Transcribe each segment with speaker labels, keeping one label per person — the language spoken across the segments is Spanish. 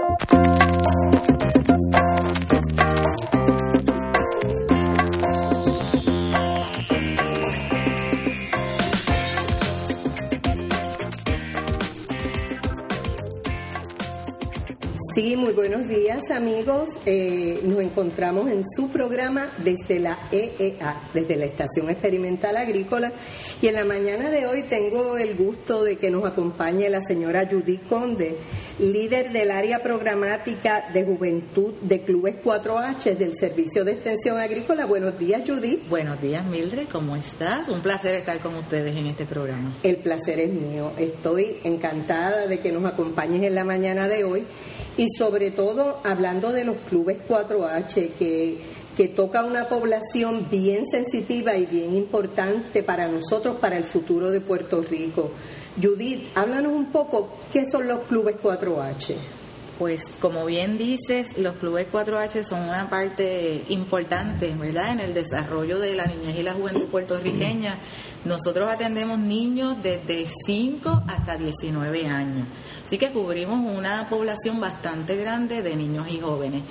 Speaker 1: Sí, muy buenos días, amigos. Nos encontramos en su programa desde la EEA, desde la Estación Experimental Agrícola, y en la mañana de hoy tengo el gusto de que nos acompañe la señora Judith Conde, líder del área programática de juventud de Clubes 4H del Servicio de Extensión Agrícola. Buenos días, Judith.
Speaker 2: Buenos días, Mildred, ¿cómo estás? Un placer estar con ustedes en este programa.
Speaker 1: El placer es mío. Estoy encantada de que nos acompañes en la mañana de hoy. Y sobre todo hablando de los clubes 4H, que toca una población bien sensitiva y bien importante para nosotros, para el futuro de Puerto Rico. Judith, háblanos un poco, ¿qué son los clubes 4H?
Speaker 2: Pues como bien dices, los clubes 4H son una parte importante, ¿verdad?, en el desarrollo de la niñez y la juventud puertorriqueña. Nosotros atendemos niños desde 5 hasta 19 años. Así que cubrimos una población bastante grande de niños y jóvenes.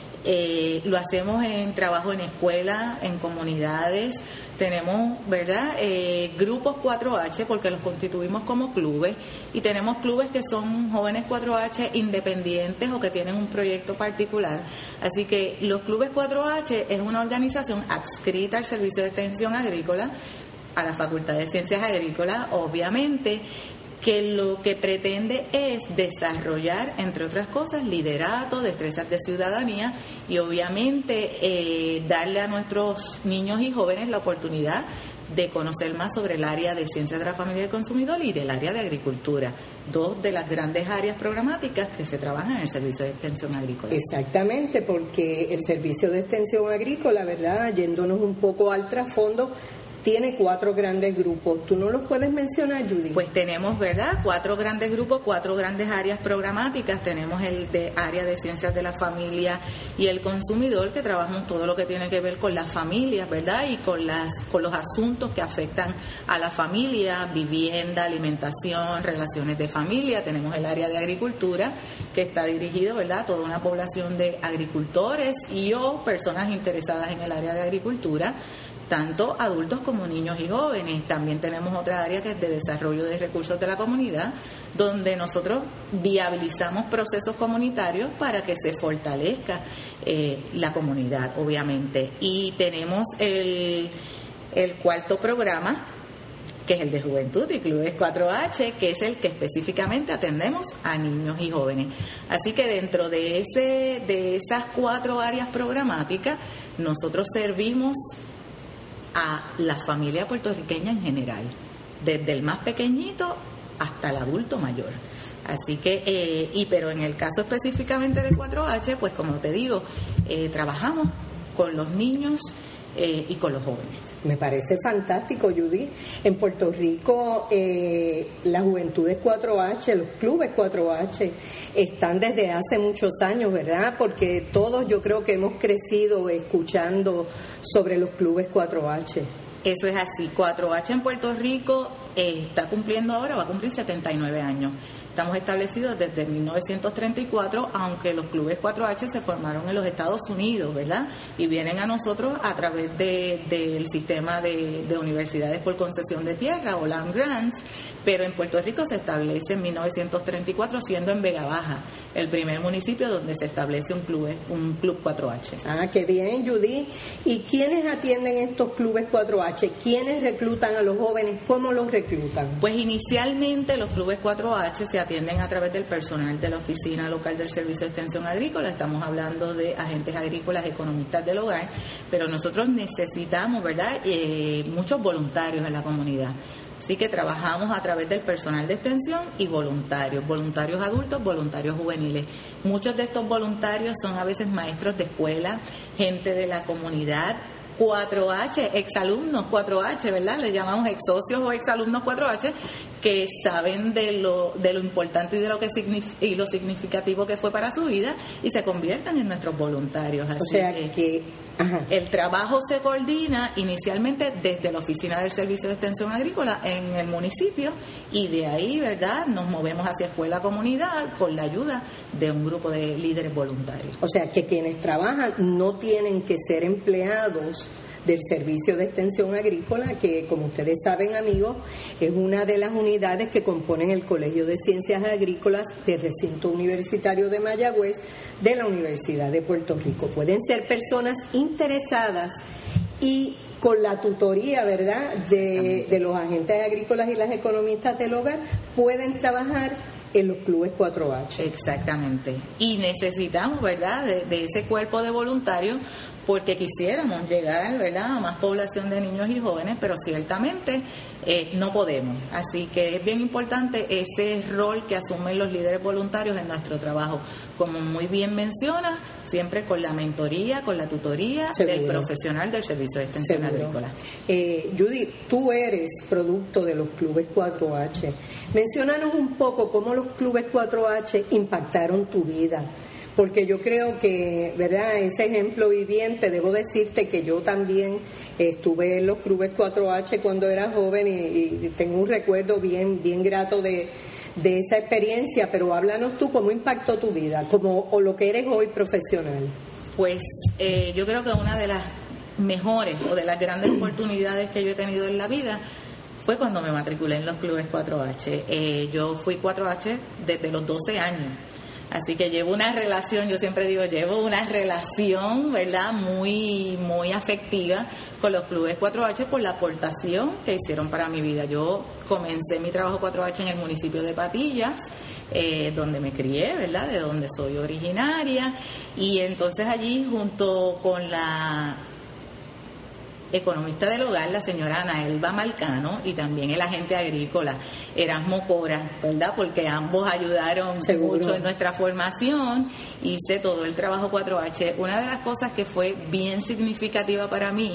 Speaker 2: Lo hacemos en trabajo en escuelas, en comunidades. Tenemos, ¿verdad?, grupos 4H porque los constituimos como clubes, y tenemos clubes que son jóvenes 4H independientes o que tienen un proyecto particular. Así que los clubes 4H es una organización adscrita al Servicio de Extensión Agrícola, a la Facultad de Ciencias Agrícolas, obviamente, que lo que pretende es desarrollar, entre otras cosas, liderato, destrezas de ciudadanía y obviamente darle a nuestros niños y jóvenes la oportunidad de conocer más sobre el área de ciencias de la familia y del consumidor y del área de agricultura, dos de las grandes áreas programáticas que se trabajan en el Servicio de Extensión Agrícola.
Speaker 1: Exactamente, porque el Servicio de Extensión Agrícola, ¿verdad?, yéndonos un poco al trasfondo, tiene 4 grandes grupos. ¿Tú no los puedes mencionar, Judy?
Speaker 2: Pues tenemos, ¿verdad?, 4 grandes grupos, 4 grandes áreas programáticas. Tenemos el de área de ciencias de la familia y el consumidor, que trabajamos todo lo que tiene que ver con las familias, ¿verdad?, y con los asuntos que afectan a la familia: vivienda, alimentación, relaciones de familia. Tenemos el área de agricultura, que está dirigido, ¿verdad?, a toda una población de agricultores y o personas interesadas en el área de agricultura, tanto adultos como niños y jóvenes. También tenemos otra área que es de desarrollo de recursos de la comunidad, donde nosotros viabilizamos procesos comunitarios para que se fortalezca la comunidad, obviamente. Y tenemos el cuarto programa, que es el de Juventud y Clubes 4H, que es el que específicamente atendemos a niños y jóvenes. Así que dentro de esas 4 áreas programáticas, nosotros servimos a la familia puertorriqueña en general, desde el más pequeñito hasta el adulto mayor. Así que, pero en el caso específicamente de 4H, pues como te digo, trabajamos con los niños y con los jóvenes.
Speaker 1: Me parece fantástico, Judy. En Puerto Rico, las juventudes 4H, los clubes 4H, están desde hace muchos años, ¿verdad? Porque todos yo creo que hemos crecido escuchando sobre los clubes 4H.
Speaker 2: Eso es así. 4H en Puerto Rico está cumpliendo ahora, va a cumplir 79 años. Estamos establecidos desde 1934, aunque los clubes 4H se formaron en los Estados Unidos, ¿verdad? Y vienen a nosotros a través del sistema de universidades por concesión de tierra o land grants, pero en Puerto Rico se establece en 1934, siendo en Vega Baja el primer municipio donde se establece un club 4H.
Speaker 1: Ah, qué bien, Judy. ¿Y quiénes atienden estos clubes 4H? ¿Quiénes reclutan a los jóvenes? ¿Cómo los reclutan?
Speaker 2: Pues inicialmente los clubes 4H se atienden a través del personal de la Oficina Local del Servicio de Extensión Agrícola. Estamos hablando de agentes agrícolas, economistas del hogar, pero nosotros necesitamos, ¿verdad?, muchos voluntarios en la comunidad. Así que trabajamos a través del personal de extensión y voluntarios adultos, voluntarios juveniles. Muchos de estos voluntarios son a veces maestros de escuela, gente de la comunidad, 4H, exalumnos 4H, ¿verdad? Le llamamos exsocios o exalumnos 4H, que saben de lo importante y de lo que y lo significativo que fue para su vida y se conviertan en nuestros voluntarios. Así
Speaker 1: o sea que
Speaker 2: el trabajo se coordina inicialmente desde la Oficina del Servicio de Extensión Agrícola en el municipio y de ahí, ¿verdad?, nos movemos hacia escuela comunidad con la ayuda de un grupo de líderes voluntarios.
Speaker 1: O sea que quienes trabajan no tienen que ser empleados del Servicio de Extensión Agrícola, que como ustedes saben, amigos, es una de las unidades que componen el Colegio de Ciencias Agrícolas del Recinto Universitario de Mayagüez de la Universidad de Puerto Rico. Pueden ser personas interesadas y con la tutoría, ¿verdad?, de los agentes agrícolas y las economistas del hogar, pueden trabajar en los clubes 4H.
Speaker 2: Exactamente. Y necesitamos, ¿verdad?, de ese cuerpo de voluntarios, porque quisiéramos llegar, ¿verdad?, a más población de niños y jóvenes, pero ciertamente no podemos. Así que es bien importante ese rol que asumen los líderes voluntarios en nuestro trabajo. Como muy bien menciona, siempre con la mentoría, con la tutoría del profesional del Servicio de Extensión Agrícola.
Speaker 1: Judy, tú eres producto de los clubes 4H. Menciónanos un poco cómo los clubes 4H impactaron tu vida. Porque yo creo que, ¿verdad?, ese ejemplo viviente, debo decirte que yo también estuve en los clubes 4H cuando era joven y tengo un recuerdo bien grato de esa experiencia, pero háblanos tú cómo impactó tu vida, o lo que eres hoy profesional.
Speaker 2: Pues yo creo que una de las mejores o de las grandes oportunidades que yo he tenido en la vida fue cuando me matriculé en los clubes 4H. Yo fui 4H desde los 12 años. Así que llevo una relación, yo siempre digo, llevo una relación, ¿verdad?, muy afectiva con los clubes 4H por la aportación que hicieron para mi vida. Yo comencé mi trabajo 4H en el municipio de Patillas, donde me crié, ¿verdad?, de donde soy originaria, y entonces allí junto con la economista del hogar, la señora Ana Elba Marcano, y también el agente agrícola Erasmo Cora, ¿verdad?, porque ambos ayudaron mucho en nuestra formación. Hice todo el trabajo 4H. Una de las cosas que fue bien significativa para mí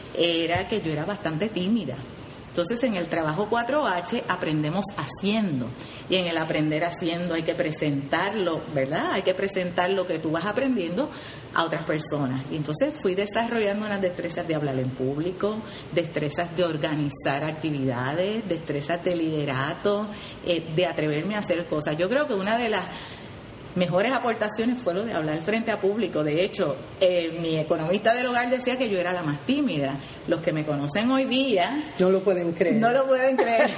Speaker 2: era que yo era bastante tímida. Entonces, en el trabajo 4H aprendemos haciendo, y en el aprender haciendo hay que presentarlo, ¿verdad? Hay que presentar lo que tú vas aprendiendo a otras personas. Y entonces fui desarrollando unas destrezas de hablar en público, destrezas de organizar actividades, destrezas de liderato, de atreverme a hacer cosas. Yo creo que una de las mejores aportaciones fue lo de hablar frente a público. De hecho, mi economista del hogar decía que yo era la más tímida. Los que me conocen hoy día
Speaker 1: no lo pueden creer.
Speaker 2: No lo pueden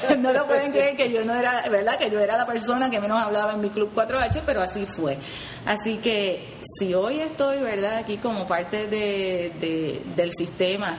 Speaker 2: creer que yo no era, ¿verdad?, que yo era la persona que menos hablaba en mi club 4H, pero así fue. Así que si hoy estoy, ¿verdad?, aquí como parte del sistema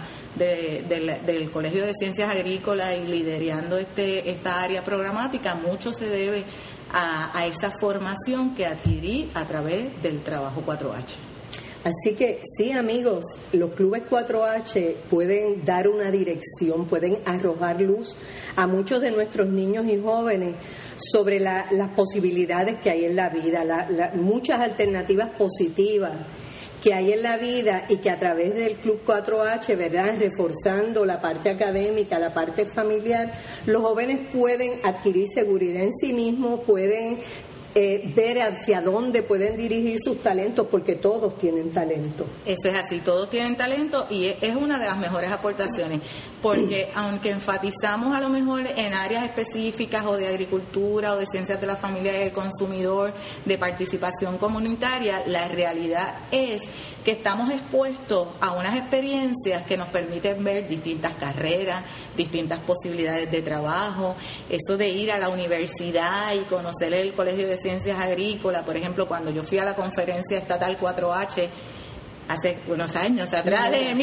Speaker 2: del Colegio de Ciencias Agrícolas y liderando esta área programática, mucho se debe a esa formación que adquirí a través del trabajo 4H.
Speaker 1: Así que sí, amigos, los clubes 4H pueden dar una dirección, pueden arrojar luz a muchos de nuestros niños y jóvenes sobre las posibilidades que hay en la vida, muchas alternativas positivas que hay en la vida, y que a través del Club 4H, ¿verdad?, reforzando la parte académica, la parte familiar, los jóvenes pueden adquirir seguridad en sí mismos, pueden ver hacia dónde pueden dirigir sus talentos, porque todos tienen talento.
Speaker 2: Eso es así, todos tienen talento, y es una de las mejores aportaciones, porque aunque enfatizamos a lo mejor en áreas específicas o de agricultura o de ciencias de la familia y del consumidor, de participación comunitaria, la realidad es que estamos expuestos a unas experiencias que nos permiten ver distintas carreras, distintas posibilidades de trabajo. Eso de ir a la universidad y conocer el Colegio de Ciencias Agrícolas, por ejemplo, cuando yo fui a la conferencia estatal 4H hace unos años atrás, en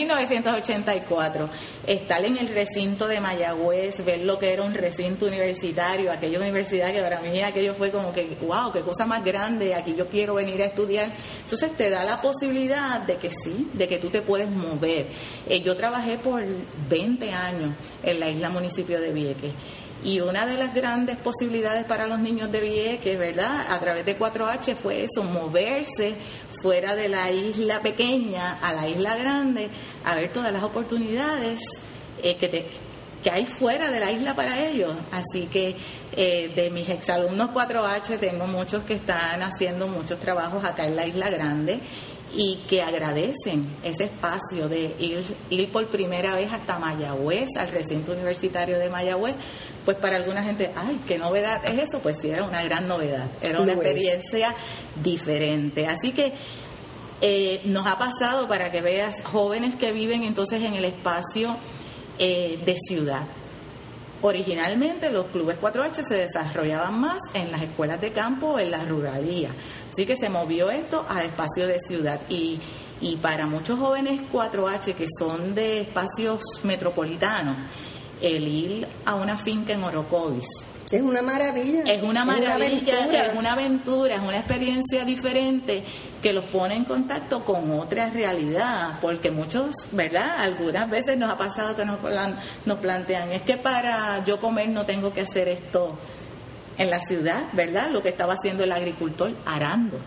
Speaker 2: 1984, estar en el recinto de Mayagüez, ver lo que era un recinto universitario, aquella universidad que para mí aquello fue como que, wow, qué cosa más grande, aquí yo quiero venir a estudiar. Entonces te da la posibilidad de que sí, de que tú te puedes mover. Yo trabajé por 20 años en la isla municipio de Vieques, y una de las grandes posibilidades para los niños de Vieques, ¿verdad?, a través de 4H fue eso, moverse fuera de la isla pequeña a la isla grande, a ver todas las oportunidades hay fuera de la isla para ellos. Así que de mis exalumnos 4H tengo muchos que están haciendo muchos trabajos acá en la Isla Grande y que agradecen ese espacio de ir por primera vez hasta Mayagüez, al recinto universitario de Mayagüez. Pues para alguna gente, ¡ay, qué novedad es eso! Pues sí, era una gran novedad, era una experiencia diferente. Así que nos ha pasado, para que veas, jóvenes que viven entonces en el espacio de ciudad. Originalmente los clubes 4H se desarrollaban más en las escuelas de campo o en la ruralía, así que se movió esto al espacio de ciudad y para muchos jóvenes 4H que son de espacios metropolitanos, el ir a una finca en Orocovis
Speaker 1: es una maravilla.
Speaker 2: Es una aventura, es una experiencia diferente que los pone en contacto con otra realidad, porque muchos, ¿verdad? Algunas veces nos ha pasado que nos plantean, es que para yo comer no tengo que hacer esto en la ciudad, ¿verdad? Lo que estaba haciendo el agricultor, arando,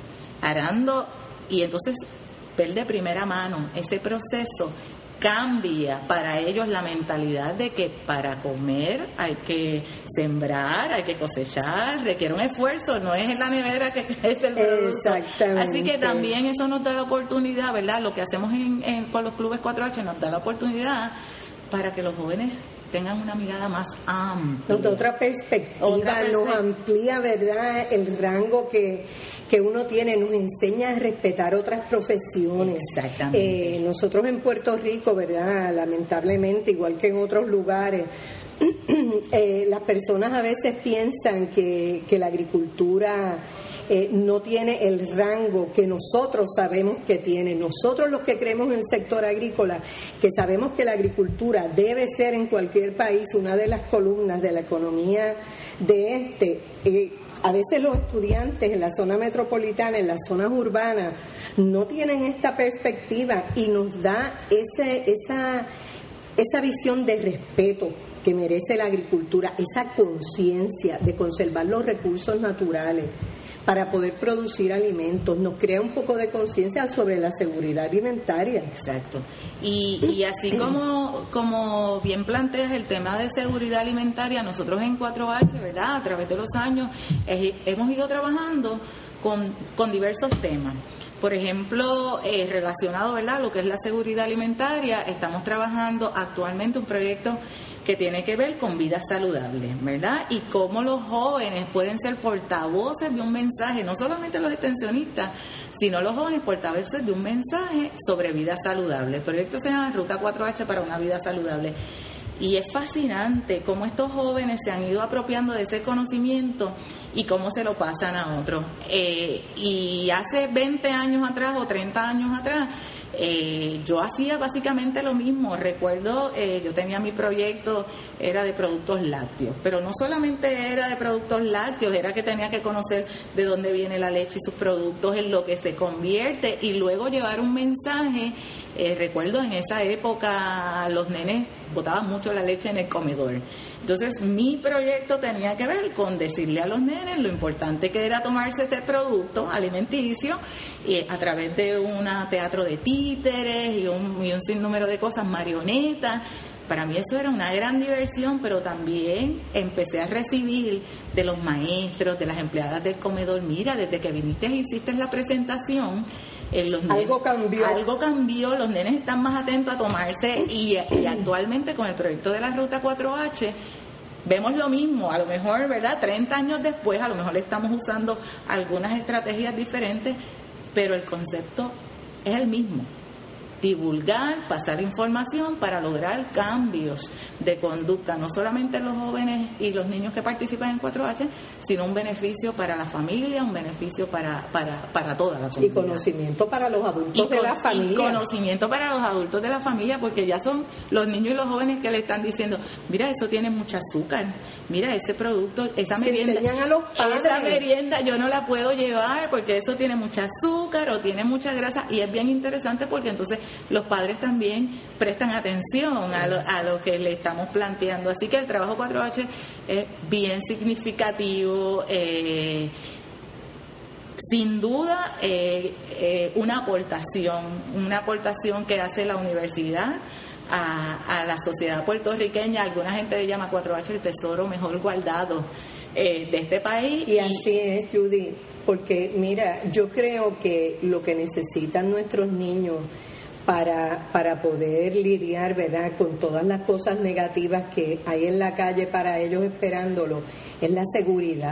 Speaker 2: y entonces ver de primera mano ese proceso. Cambia para ellos la mentalidad de que para comer hay que sembrar, hay que cosechar, requiere un esfuerzo, no es en la nevera que crece el producto.
Speaker 1: Exactamente.
Speaker 2: Así que también eso nos da la oportunidad, ¿verdad? Lo que hacemos con los clubes 4H nos da la oportunidad para que los jóvenes tengan una mirada más amplia.
Speaker 1: Otra perspectiva, nos amplía, ¿verdad?, el rango que uno tiene, nos enseña a respetar otras profesiones.
Speaker 2: Exactamente.
Speaker 1: Nosotros en Puerto Rico, ¿verdad?, lamentablemente, igual que en otros lugares, las personas a veces piensan que la agricultura no tiene el rango que nosotros sabemos que tiene. Nosotros los que creemos en el sector agrícola, que sabemos que la agricultura debe ser en cualquier país una de las columnas de la economía de a veces los estudiantes en la zona metropolitana, en las zonas urbanas, no tienen esta perspectiva y nos da esa visión de respeto que merece la agricultura, esa conciencia de conservar los recursos naturales para poder producir alimentos, nos crea un poco de conciencia sobre la seguridad alimentaria.
Speaker 2: Exacto. Y así como bien planteas el tema de seguridad alimentaria, nosotros en 4H, ¿verdad?, a través de los años hemos ido trabajando con diversos temas. Por ejemplo, relacionado, ¿verdad?, lo que es la seguridad alimentaria, estamos trabajando actualmente un proyecto que tiene que ver con vida saludable, ¿verdad? Y cómo los jóvenes pueden ser portavoces de un mensaje, no solamente los extensionistas, sino los jóvenes portavoces de un mensaje sobre vida saludable. El proyecto se llama Ruta 4H para una vida saludable. Y es fascinante cómo estos jóvenes se han ido apropiando de ese conocimiento y cómo se lo pasan a otros. Y hace 20 años atrás o 30 años atrás, yo hacía básicamente lo mismo. Recuerdo, yo tenía mi proyecto, era de productos lácteos, pero no solamente era de productos lácteos, era que tenía que conocer de dónde viene la leche y sus productos, en lo que se convierte, y luego llevar un mensaje. Recuerdo en esa época los nenes botaban mucho la leche en el comedor. Entonces mi proyecto tenía que ver con decirle a los nenes lo importante que era tomarse este producto alimenticio a través de un teatro de títeres y un sinnúmero de cosas, marionetas. Para mí eso era una gran diversión, pero también empecé a recibir de los maestros, de las empleadas del comedor, mira, desde que viniste e hiciste la presentación,
Speaker 1: algo
Speaker 2: cambió, los nenes están más atentos a tomarse y actualmente con el proyecto de la Ruta 4H vemos lo mismo, a lo mejor, ¿verdad?, 30 años después, a lo mejor estamos usando algunas estrategias diferentes, pero el concepto es el mismo. Divulgar, pasar información para lograr cambios de conducta, no solamente en los jóvenes y los niños que participan en 4H, sino un beneficio para la familia, un beneficio para toda la comunidad.
Speaker 1: Y conocimiento para los adultos de la familia.
Speaker 2: Y conocimiento para los adultos de la familia, porque ya son los niños y los jóvenes que le están diciendo, mira, eso tiene mucho azúcar, mira, ese producto, esa merienda,
Speaker 1: a los padres.
Speaker 2: Esa merienda yo no la puedo llevar porque eso tiene mucho azúcar o tiene mucha grasa, y es bien interesante porque entonces los padres también prestan atención a lo que le estamos planteando. Así que el trabajo 4H es bien significativo, sin duda una aportación que hace la universidad a la sociedad puertorriqueña. Alguna gente le llama 4H el tesoro mejor guardado de este país.
Speaker 1: Y así es, Judy, porque mira, yo creo que lo que necesitan nuestros niños para poder lidiar, ¿verdad?, con todas las cosas negativas que hay en la calle para ellos esperándolo, es la seguridad.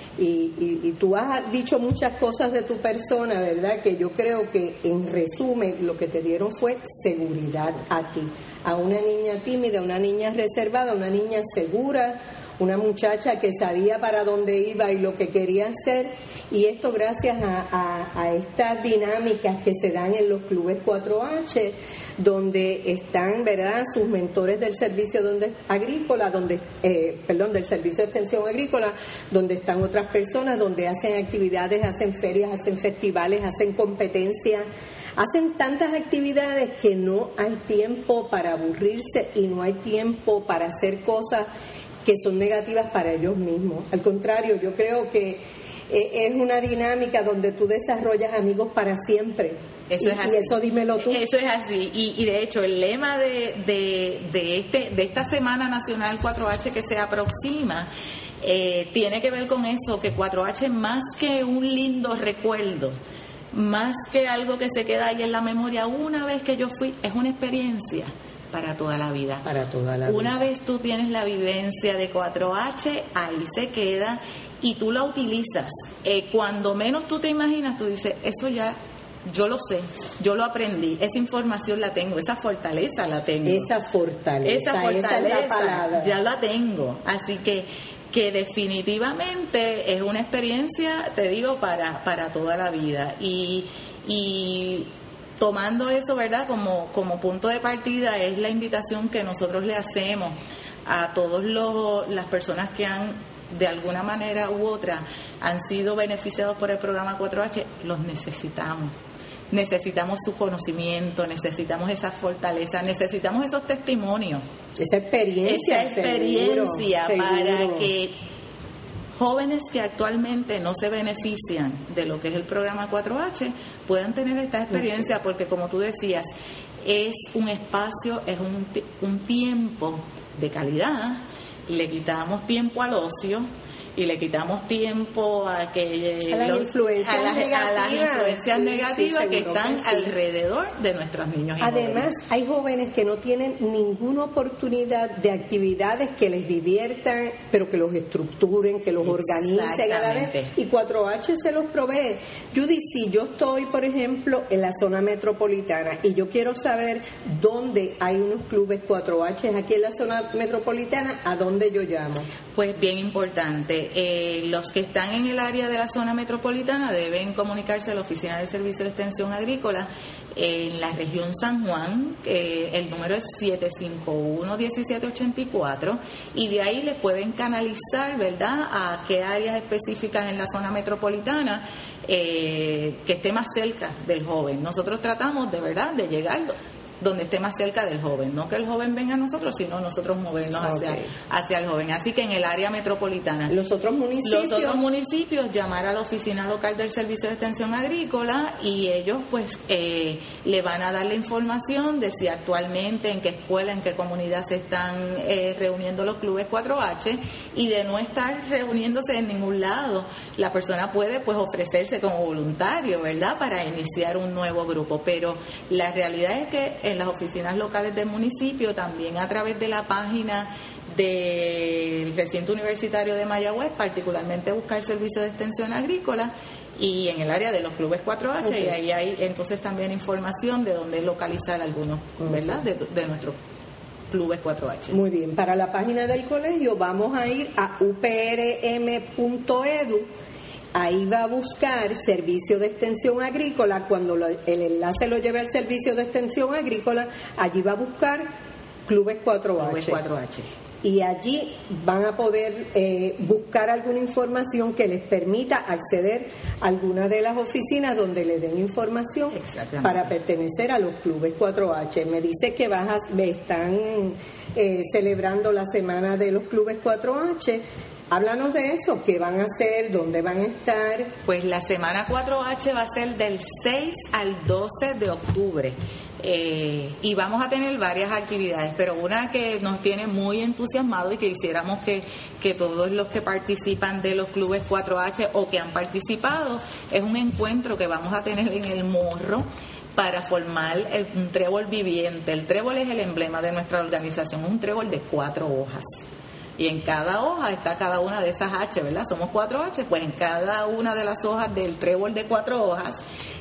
Speaker 1: Y tú has dicho muchas cosas de tu persona, ¿verdad?, que yo creo que en resumen lo que te dieron fue seguridad a ti, a una niña tímida, una niña reservada, una niña segura, una muchacha que sabía para dónde iba y lo que quería hacer, y esto gracias a estas dinámicas que se dan en los clubes 4H, donde están, ¿verdad?, sus mentores del servicio agrícola, del servicio de extensión agrícola, donde están otras personas, donde hacen actividades, hacen ferias, hacen festivales, hacen competencias. Hacen tantas actividades que no hay tiempo para aburrirse y no hay tiempo para hacer cosas que son negativas para ellos mismos. Al contrario, yo creo que es una dinámica donde tú desarrollas amigos para siempre.
Speaker 2: Eso es así.
Speaker 1: Y eso dímelo tú.
Speaker 2: Eso es así. Y de hecho, el lema de esta Semana Nacional 4H que se aproxima tiene que ver con eso, que 4H más que un lindo recuerdo, más que algo que se queda ahí en la memoria, una vez que yo fui, es una experiencia para toda la vida.
Speaker 1: Para toda la vida.
Speaker 2: Una vez tú tienes la vivencia de 4H, ahí se queda y tú la utilizas. Cuando menos tú te imaginas, tú dices, eso ya, yo lo sé, yo lo aprendí, esa información la tengo, esa fortaleza la tengo.
Speaker 1: Esa fortaleza es la palabra.
Speaker 2: Ya la tengo. Así que definitivamente es una experiencia, te digo, para toda la vida. Y tomando eso, ¿verdad?, como punto de partida, es la invitación que nosotros le hacemos a todas las personas que de alguna manera u otra han sido beneficiados por el programa 4H. Los necesitamos su conocimiento, necesitamos esa fortaleza, necesitamos esos testimonios,
Speaker 1: esa experiencia
Speaker 2: seguro. Para que jóvenes que actualmente no se benefician de lo que es el programa 4H puedan tener esta experiencia, porque como tú decías, es un espacio, es un tiempo de calidad. Le quitamos tiempo al ocio y le quitamos tiempo a
Speaker 1: las influencias
Speaker 2: negativas que están alrededor de nuestros niños.
Speaker 1: Además, hay jóvenes que no tienen ninguna oportunidad de actividades que les diviertan, pero que los estructuren, que los organicen a la vez, y 4H se los provee. Judy, si yo estoy, por ejemplo, en la zona metropolitana y yo quiero saber dónde hay unos clubes 4H aquí en la zona metropolitana, ¿a dónde yo llamo?
Speaker 2: Pues bien importante. Los que están en el área de la zona metropolitana deben comunicarse a la Oficina de Servicio de Extensión Agrícola en la región San Juan. El número es 751-1784, y de ahí les pueden canalizar, ¿verdad?, a qué áreas específicas en la zona metropolitana que esté más cerca del joven. Nosotros tratamos de verdad de llegar donde esté más cerca del joven, no que el joven venga a nosotros, sino nosotros movernos hacia el joven. Así que en el área metropolitana,
Speaker 1: los otros municipios,
Speaker 2: llamar a la oficina local del Servicio de Extensión Agrícola, y ellos pues le van a dar la información de si actualmente en qué escuela, en qué comunidad se están reuniendo los clubes 4H, y de no estar reuniéndose en ningún lado, la persona puede pues ofrecerse como voluntario, ¿verdad?, para iniciar un nuevo grupo. Pero la realidad es que en las oficinas locales del municipio, también a través de la página del recinto universitario de Mayagüez, particularmente buscar servicio de extensión agrícola, y en el área de los clubes 4H, y ahí hay entonces también información de dónde localizar algunos, ¿verdad?, de nuestros clubes 4H.
Speaker 1: Muy bien, para la página del colegio vamos a ir a uprm.edu. Ahí va a buscar servicio de extensión agrícola. Cuando el enlace lo lleve al servicio de extensión agrícola, allí va a buscar clubes 4H. Y allí van a poder buscar alguna información que les permita acceder a alguna de las oficinas donde le den información para pertenecer a los clubes 4H. Me dice que están celebrando la semana de los clubes 4H. Háblanos de eso, ¿qué van a hacer? ¿Dónde van a estar?
Speaker 2: Pues la semana 4H va a ser del 6 al 12 de octubre. Y vamos a tener varias actividades, pero una que nos tiene muy entusiasmado y que quisiéramos que todos los que participan de los clubes 4H o que han participado, es un encuentro que vamos a tener en El Morro para formar un trébol viviente. El trébol es el emblema de nuestra organización, un trébol de 4 hojas. Y en cada hoja está cada una de esas H, ¿verdad? Somos 4H, pues en cada una de las hojas del trébol de 4 hojas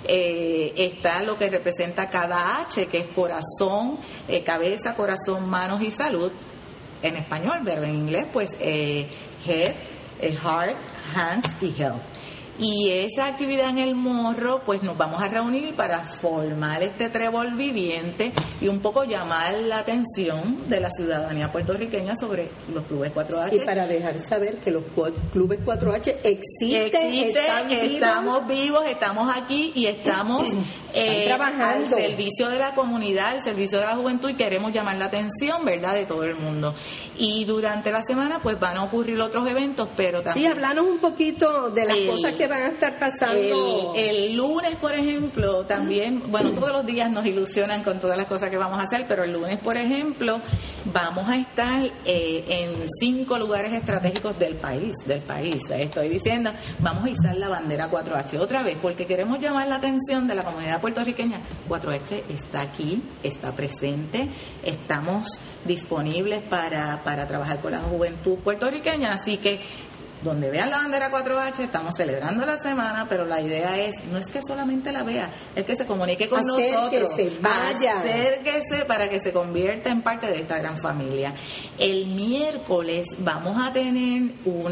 Speaker 2: está lo que representa cada H, que es corazón, cabeza, corazón, manos y salud, en español, pero en inglés, pues head, heart, hands y health. Y esa actividad en El Morro, pues nos vamos a reunir para formar este trébol viviente y un poco llamar la atención de la ciudadanía puertorriqueña sobre los clubes 4H.
Speaker 1: Y para dejar saber que los clubes 4H existen,
Speaker 2: estamos vivos, estamos aquí y estamos
Speaker 1: trabajando
Speaker 2: al servicio de la comunidad, al servicio de la juventud, y queremos llamar la atención, ¿verdad?, de todo el mundo. Y durante la semana pues van a ocurrir otros eventos, pero también...
Speaker 1: Sí, hablanos un poquito de las cosas que van a estar pasando.
Speaker 2: El lunes, por ejemplo, también, bueno, todos los días nos ilusionan con todas las cosas que vamos a hacer, pero el lunes, por ejemplo, vamos a estar en 5 lugares estratégicos del país. Estoy diciendo, vamos a izar la bandera 4H otra vez, porque queremos llamar la atención de la comunidad puertorriqueña. 4H está aquí, está presente, estamos disponibles para trabajar con la juventud puertorriqueña, así que donde vean la bandera 4H, estamos celebrando la semana, pero la idea no es que solamente la vea, es que se comunique con nosotros, acérquese para que se convierta en parte de esta gran familia. El miércoles vamos a tener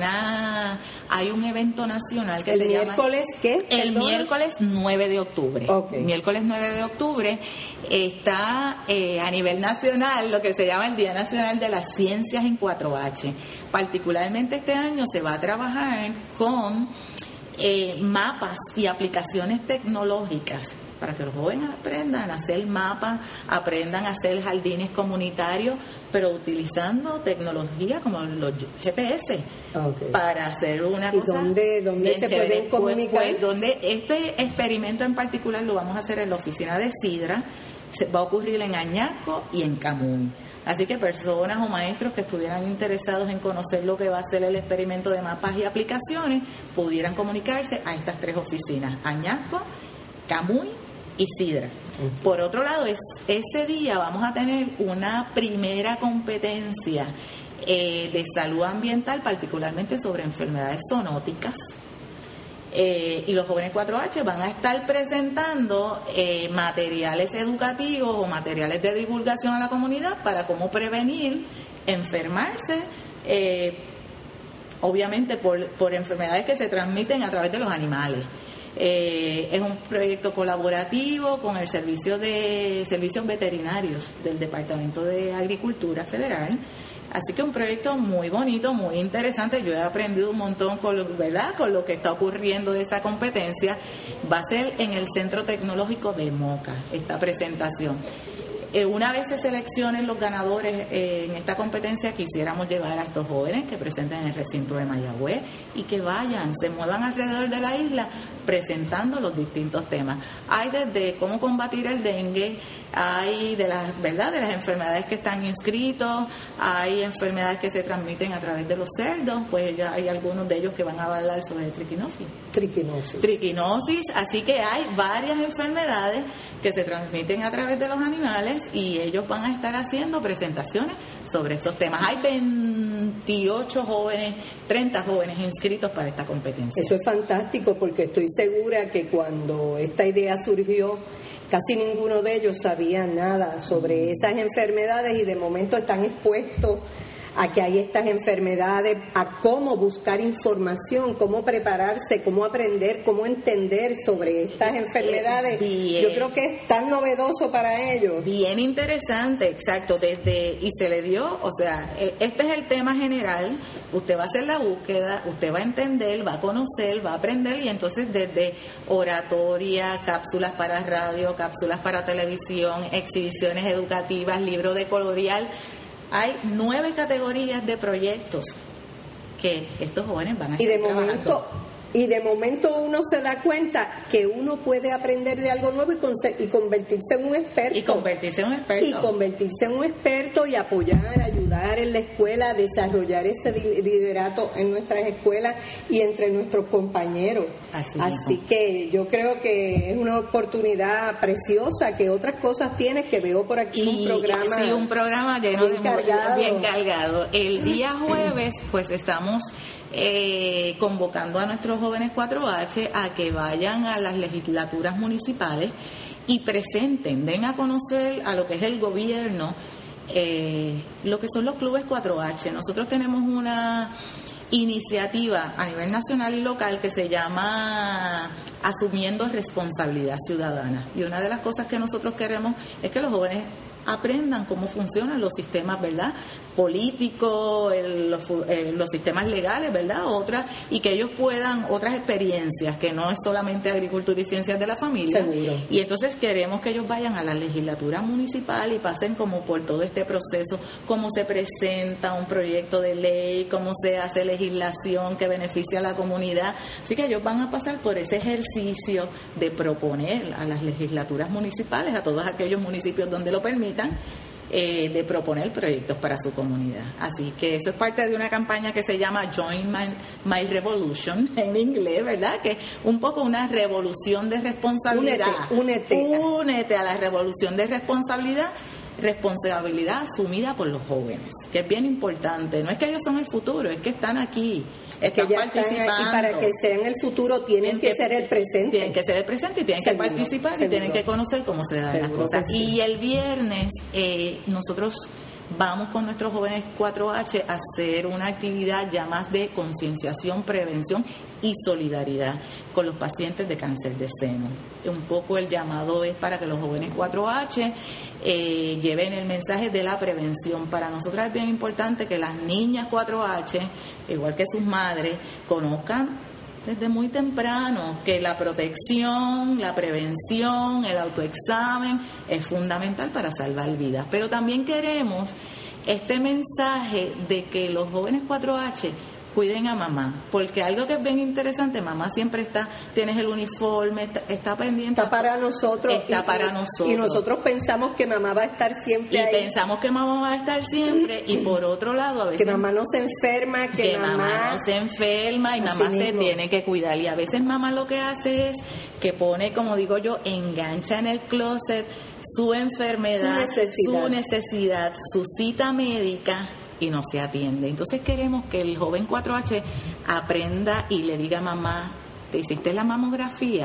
Speaker 2: hay un evento nacional que se llama... ¿El
Speaker 1: miércoles qué?
Speaker 2: El miércoles 9 de octubre.
Speaker 1: Okay.
Speaker 2: Miércoles 9 de octubre está a nivel nacional lo que se llama el Día Nacional de las Ciencias en 4H. Particularmente este año se va a trabajar con mapas y aplicaciones tecnológicas para que los jóvenes aprendan a hacer mapas, aprendan a hacer jardines comunitarios, pero utilizando tecnología como los GPS para hacer una cosa.
Speaker 1: ¿Y dónde se pueden comunicar?
Speaker 2: Pues donde este experimento en particular lo vamos a hacer en la oficina de Sidra, va a ocurrir en Añasco y en Camuy. Así que personas o maestros que estuvieran interesados en conocer lo que va a ser el experimento de mapas y aplicaciones pudieran comunicarse a estas 3 oficinas, Añasco, Camuy y Sidra. Por otro lado, ese día vamos a tener una primera competencia de salud ambiental, particularmente sobre enfermedades zoonóticas. Y los jóvenes 4H van a estar presentando materiales educativos o materiales de divulgación a la comunidad para cómo prevenir enfermarse, obviamente por enfermedades que se transmiten a través de los animales. Es un proyecto colaborativo con el servicios veterinarios del Departamento de Agricultura Federal. Así que un proyecto muy bonito, muy interesante. Yo he aprendido un montón con lo que está ocurriendo de esta competencia. Va a ser en el Centro Tecnológico de Moca esta presentación. Una vez se seleccionen los ganadores en esta competencia, quisiéramos llevar a estos jóvenes que presenten en el recinto de Mayagüez y que se muevan alrededor de la isla presentando los distintos temas. Hay desde cómo combatir el dengue, hay de las enfermedades que están inscritos, hay enfermedades que se transmiten a través de los cerdos, pues ya hay algunos de ellos que van a hablar sobre triquinosis, así que hay varias enfermedades que se transmiten a través de los animales y ellos van a estar haciendo presentaciones sobre estos temas. Hay 28 jóvenes, 30 jóvenes inscritos para esta competencia.
Speaker 1: Eso es fantástico, porque estoy segura que cuando esta idea surgió, casi ninguno de ellos sabía nada sobre esas enfermedades y de momento están expuestos a que hay estas enfermedades, a cómo buscar información, cómo prepararse, cómo aprender, cómo entender sobre estas enfermedades. Bien. Yo creo que es tan novedoso para ellos.
Speaker 2: Bien interesante, exacto. Y se le dio, o sea, este es el tema general. Usted va a hacer la búsqueda, usted va a entender, va a conocer, va a aprender, y entonces desde oratoria, cápsulas para radio, cápsulas para televisión, exhibiciones educativas, libro de colorear. Hay 9 categorías de proyectos que estos jóvenes van a estar trabajando.
Speaker 1: Y de momento uno se da cuenta que uno puede aprender de algo nuevo y convertirse en un experto. Y convertirse en un experto y apoyar, ayudar en la escuela a desarrollar ese liderato en nuestras escuelas y entre nuestros compañeros. Así que yo creo que es una oportunidad preciosa, que otras cosas tienes, que veo por aquí un programa
Speaker 2: lleno bien cargado. El día jueves pues estamos convocando a nuestros jóvenes 4H a que vayan a las legislaturas municipales y presenten, den a conocer a lo que es el gobierno lo que son los clubes 4H. Nosotros tenemos una iniciativa a nivel nacional y local que se llama Asumiendo Responsabilidad Ciudadana, y una de las cosas que nosotros queremos es que los jóvenes aprendan cómo funcionan los sistemas, ¿verdad?, políticos, los sistemas legales, ¿verdad?, y que ellos puedan otras experiencias, que no es solamente agricultura y ciencias de la familia.
Speaker 1: Seguro.
Speaker 2: Y entonces queremos que ellos vayan a la legislatura municipal y pasen como por todo este proceso, cómo se presenta un proyecto de ley, cómo se hace legislación que beneficia a la comunidad. Así que ellos van a pasar por ese ejercicio de proponer a las legislaturas municipales, a todos aquellos municipios donde lo permitan, de proponer proyectos para su comunidad. Así que eso es parte de una campaña que se llama Join My Revolution en inglés, ¿verdad?, que es un poco una revolución de responsabilidad. Únete a la revolución de responsabilidad asumida por los jóvenes, que es bien importante. No es que ellos son el futuro, es que están aquí, están participando.
Speaker 1: Y para que sean el futuro tienen que ser el presente.
Speaker 2: Tienen que ser el presente y tienen que participar y tienen que conocer cómo se dan las cosas. Sí. Y el viernes nosotros vamos con nuestros jóvenes 4H a hacer una actividad ya más de concienciación, prevención y solidaridad con los pacientes de cáncer de seno. Un poco el llamado es para que los jóvenes 4H lleven el mensaje de la prevención. Para nosotras es bien importante que las niñas 4H, igual que sus madres, conozcan desde muy temprano que la protección, la prevención, el autoexamen es fundamental para salvar vidas. Pero también queremos este mensaje de que los jóvenes 4H cuiden a mamá, porque algo que es bien interesante, mamá siempre tienes el uniforme, está pendiente.
Speaker 1: Está para nosotros. Y nosotros pensamos que mamá va a estar siempre ahí.
Speaker 2: Y por otro lado, a veces...
Speaker 1: Que mamá no se enferma, que mamá
Speaker 2: no se enferma y mamá se tiene que cuidar. Y a veces mamá lo que hace es que pone, como digo yo, engancha en el closet su enfermedad, su necesidad, su cita médica, y no se atiende. Entonces queremos que el joven 4H aprenda y le diga a mamá, ¿te hiciste la mamografía?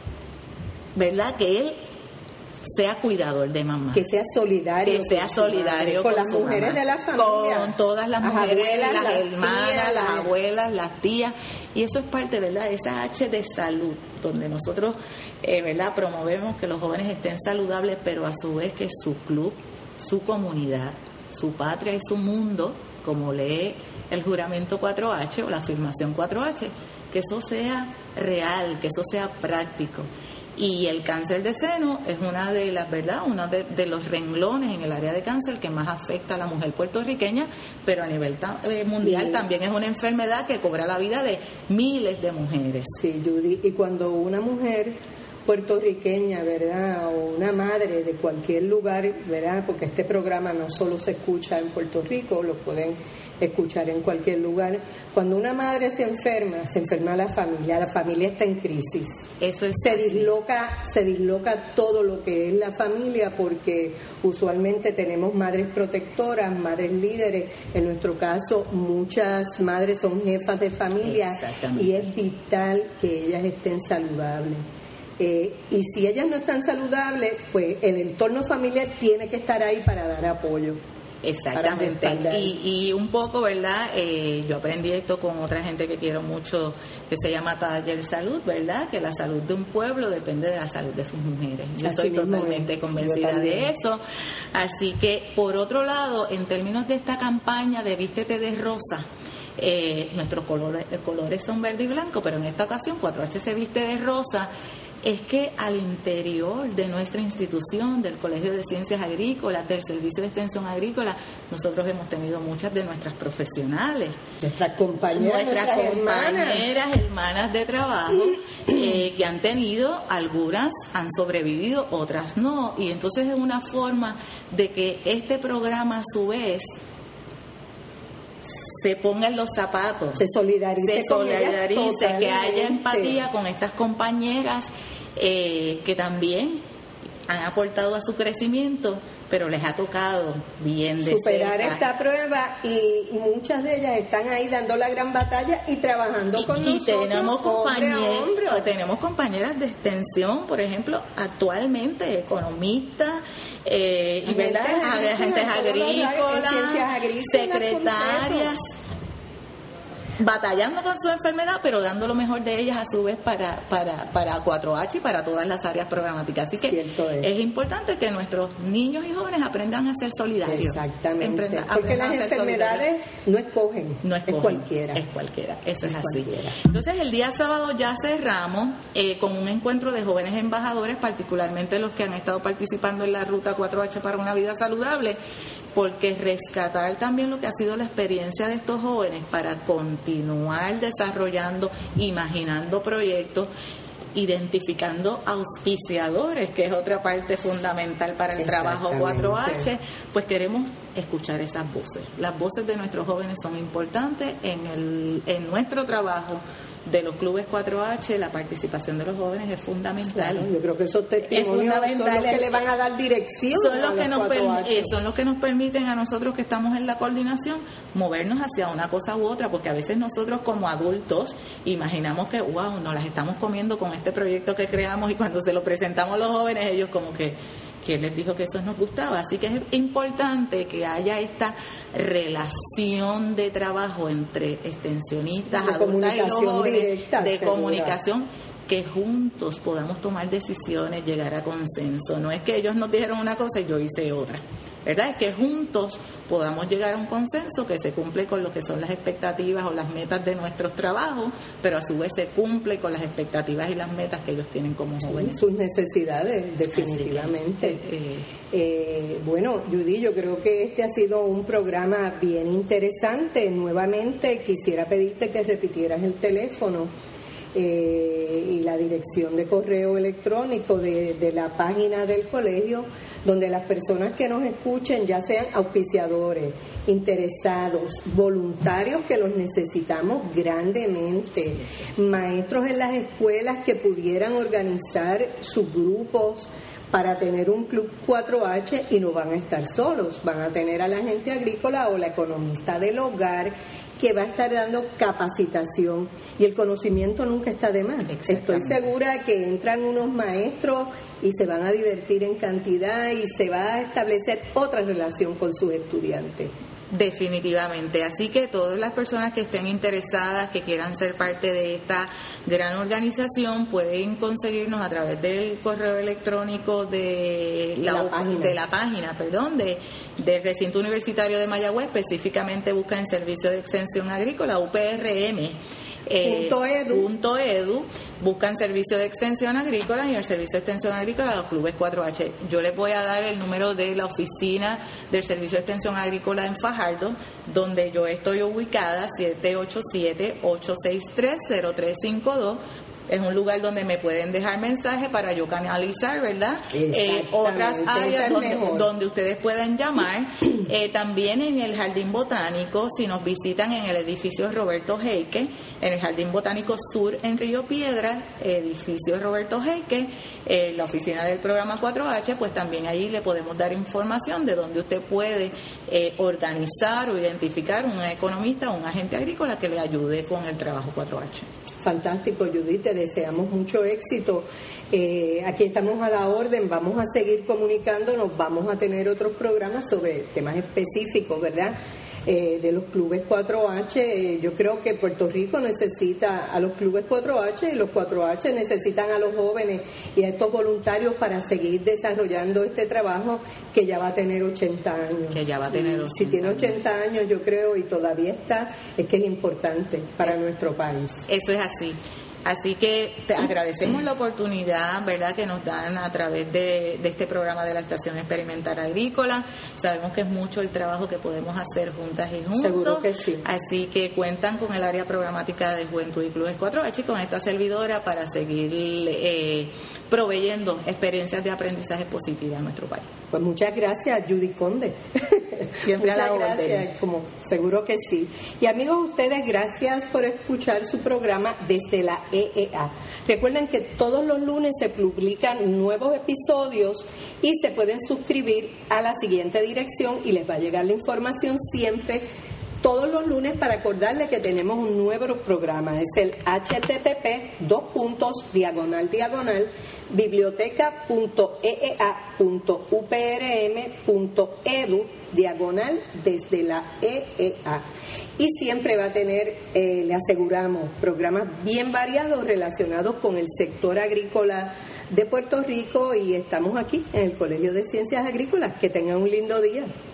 Speaker 2: ¿Verdad? Que él sea cuidador de mamá.
Speaker 1: Que sea solidario.
Speaker 2: Con
Speaker 1: las mujeres de la familia.
Speaker 2: Con todas las mujeres, las hermanas, las abuelas, las tías. Y eso es parte, ¿verdad?, de esa H de salud, donde nosotros, ¿verdad?, promovemos que los jóvenes estén saludables, pero a su vez que su club, su comunidad, su patria y su mundo, como lee el juramento 4H o la afirmación 4H, que eso sea real, que eso sea práctico. Y el cáncer de seno es una de las, ¿verdad?, uno de los renglones en el área de cáncer que más afecta a la mujer puertorriqueña, pero a nivel mundial también es una enfermedad que cobra la vida de miles de mujeres.
Speaker 1: Sí, Judy, y cuando una mujer puertorriqueña, ¿verdad?, o una madre de cualquier lugar, ¿verdad?, porque este programa no solo se escucha en Puerto Rico, lo pueden escuchar en cualquier lugar. Cuando una madre se enferma la familia está en crisis.
Speaker 2: Eso es
Speaker 1: se disloca todo lo que es la familia, porque usualmente tenemos madres protectoras, madres líderes. En nuestro caso, muchas madres son jefas de familia y es vital que ellas estén saludables. Y si ellas no están saludables, pues el entorno familiar tiene que estar ahí para dar apoyo.
Speaker 2: Exactamente. Y un poco, ¿verdad? Yo aprendí esto con otra gente que quiero mucho, que se llama Taller Salud, ¿verdad? Que la salud de un pueblo depende de la salud de sus mujeres. Yo estoy totalmente convencida de eso. Así que, por otro lado, en términos de esta campaña de Vístete de Rosa, nuestros colores son verde y blanco, pero en esta ocasión 4H se viste de rosa. es que al interior de nuestra institución, del Colegio de Ciencias Agrícolas, del Servicio de Extensión Agrícola, nosotros hemos tenido muchas de nuestras profesionales,
Speaker 1: nuestras compañeras,
Speaker 2: hermanas de trabajo, que han tenido, algunas han sobrevivido, otras no, y entonces es una forma de que este programa a su vez se ponga en los zapatos,
Speaker 1: se solidarice,
Speaker 2: que haya empatía con estas compañeras que también han aportado a su crecimiento, pero les ha tocado bien de
Speaker 1: superar
Speaker 2: cerca
Speaker 1: esta prueba, y muchas de ellas están ahí dando la gran batalla y trabajando con nosotros,
Speaker 2: tenemos compañeras de extensión, por ejemplo, actualmente economistas, agentes agrícolas, secretarias, batallando con su enfermedad, pero dando lo mejor de ellas a su vez para 4H y para todas las áreas programáticas. Así que es importante que nuestros niños y jóvenes aprendan a ser solidarios.
Speaker 1: Exactamente. Porque las enfermedades no escogen, es cualquiera.
Speaker 2: Es cualquiera, eso es así. Entonces el día sábado ya cerramos con un encuentro de jóvenes embajadores, particularmente los que han estado participando en la Ruta 4H para una vida saludable, porque rescatar también lo que ha sido la experiencia de estos jóvenes para continuar desarrollando, imaginando proyectos, identificando auspiciadores, que es otra parte fundamental para el trabajo 4H, pues queremos escuchar esas voces. Las voces de nuestros jóvenes son importantes en nuestro trabajo de los clubes 4H. La participación de los jóvenes es fundamental.
Speaker 1: Claro, yo creo que esos testimonios son los que le van a dar dirección,
Speaker 2: son los que nos permiten a nosotros que estamos en la coordinación movernos hacia una cosa u otra, porque a veces nosotros como adultos imaginamos que wow, nos las estamos comiendo con este proyecto que creamos, y cuando se lo presentamos a los jóvenes, ellos como que ¿quién les dijo que eso nos gustaba? Así que es importante que haya esta relación de trabajo entre extensionistas, adultas y los jóvenes, de comunicación, que juntos podamos tomar decisiones, llegar a consenso. No es que ellos nos dijeron una cosa y yo hice otra, ¿verdad? Es que juntos podamos llegar a un consenso que se cumple con lo que son las expectativas o las metas de nuestros trabajos, pero a su vez se cumple con las expectativas y las metas que ellos tienen como jóvenes.
Speaker 1: Sus necesidades, definitivamente. Bueno, Judy, yo creo que este ha sido un programa bien interesante. Nuevamente quisiera pedirte que repitieras el teléfono y la dirección de correo electrónico de la página del colegio, donde las personas que nos escuchen, ya sean auspiciadores, interesados, voluntarios, que los necesitamos grandemente, maestros en las escuelas que pudieran organizar sus grupos para tener un club 4H, y no van a estar solos, van a tener a la agente agrícola o la economista del hogar que va a estar dando capacitación, y el conocimiento nunca está de más. Estoy segura que entran unos maestros y se van a divertir en cantidad, y se va a establecer otra relación con sus estudiantes.
Speaker 2: Definitivamente, así que todas las personas que estén interesadas, que quieran ser parte de esta gran organización, pueden conseguirnos a través del correo electrónico de la página del Recinto Universitario de Mayagüez. Específicamente buscan Servicio de Extensión Agrícola, UPRM. .edu, buscan Servicio de Extensión Agrícola, y el Servicio de Extensión Agrícola, los clubes 4H. Yo les voy a dar el número de la oficina del Servicio de Extensión Agrícola en Fajardo, donde yo estoy ubicada, 787-863-0352. Es un lugar donde me pueden dejar mensajes para yo canalizar, ¿verdad? Otras áreas donde ustedes puedan llamar. También en el Jardín Botánico, si nos visitan en el edificio Roberto Heike, en el Jardín Botánico Sur en Río Piedras, edificio Roberto Heike, la oficina del programa 4H, pues también allí le podemos dar información de donde usted puede organizar o identificar un economista o un agente agrícola que le ayude con el trabajo 4H.
Speaker 1: Fantástico, Judith, te deseamos mucho éxito. Aquí estamos a la orden, vamos a seguir comunicándonos, vamos a tener otros programas sobre temas específicos, ¿verdad? De los clubes 4H. Yo creo que Puerto Rico necesita a los clubes 4H, y los 4H necesitan a los jóvenes y a estos voluntarios para seguir desarrollando este trabajo que ya va a tener 80 años. Si tiene 80 años, yo creo, y todavía está, es que es importante para nuestro país.
Speaker 2: Eso es así. Así que te agradecemos la oportunidad, ¿verdad?, que nos dan a través de este programa de la Estación Experimental Agrícola. Sabemos que es mucho el trabajo que podemos hacer juntas y juntos.
Speaker 1: Seguro que sí.
Speaker 2: Así que cuentan con el área programática de Juventud y Clubes 4H y con esta servidora para seguir proveyendo experiencias de aprendizaje positivas a nuestro país.
Speaker 1: Pues muchas gracias, Judy Conde.
Speaker 2: Siempre
Speaker 1: muchas gracias, como seguro que sí. Y amigos, ustedes, gracias por escuchar su programa desde la EEA. Recuerden que todos los lunes se publican nuevos episodios y se pueden suscribir a la siguiente dirección y les va a llegar la información siempre todos los lunes para acordarles que tenemos un nuevo programa. Es el http://biblioteca.eea.uprm.edu/ desde la EEA. Y siempre va a tener, le aseguramos, programas bien variados relacionados con el sector agrícola de Puerto Rico, y estamos aquí en el Colegio de Ciencias Agrícolas. Que tengan un lindo día.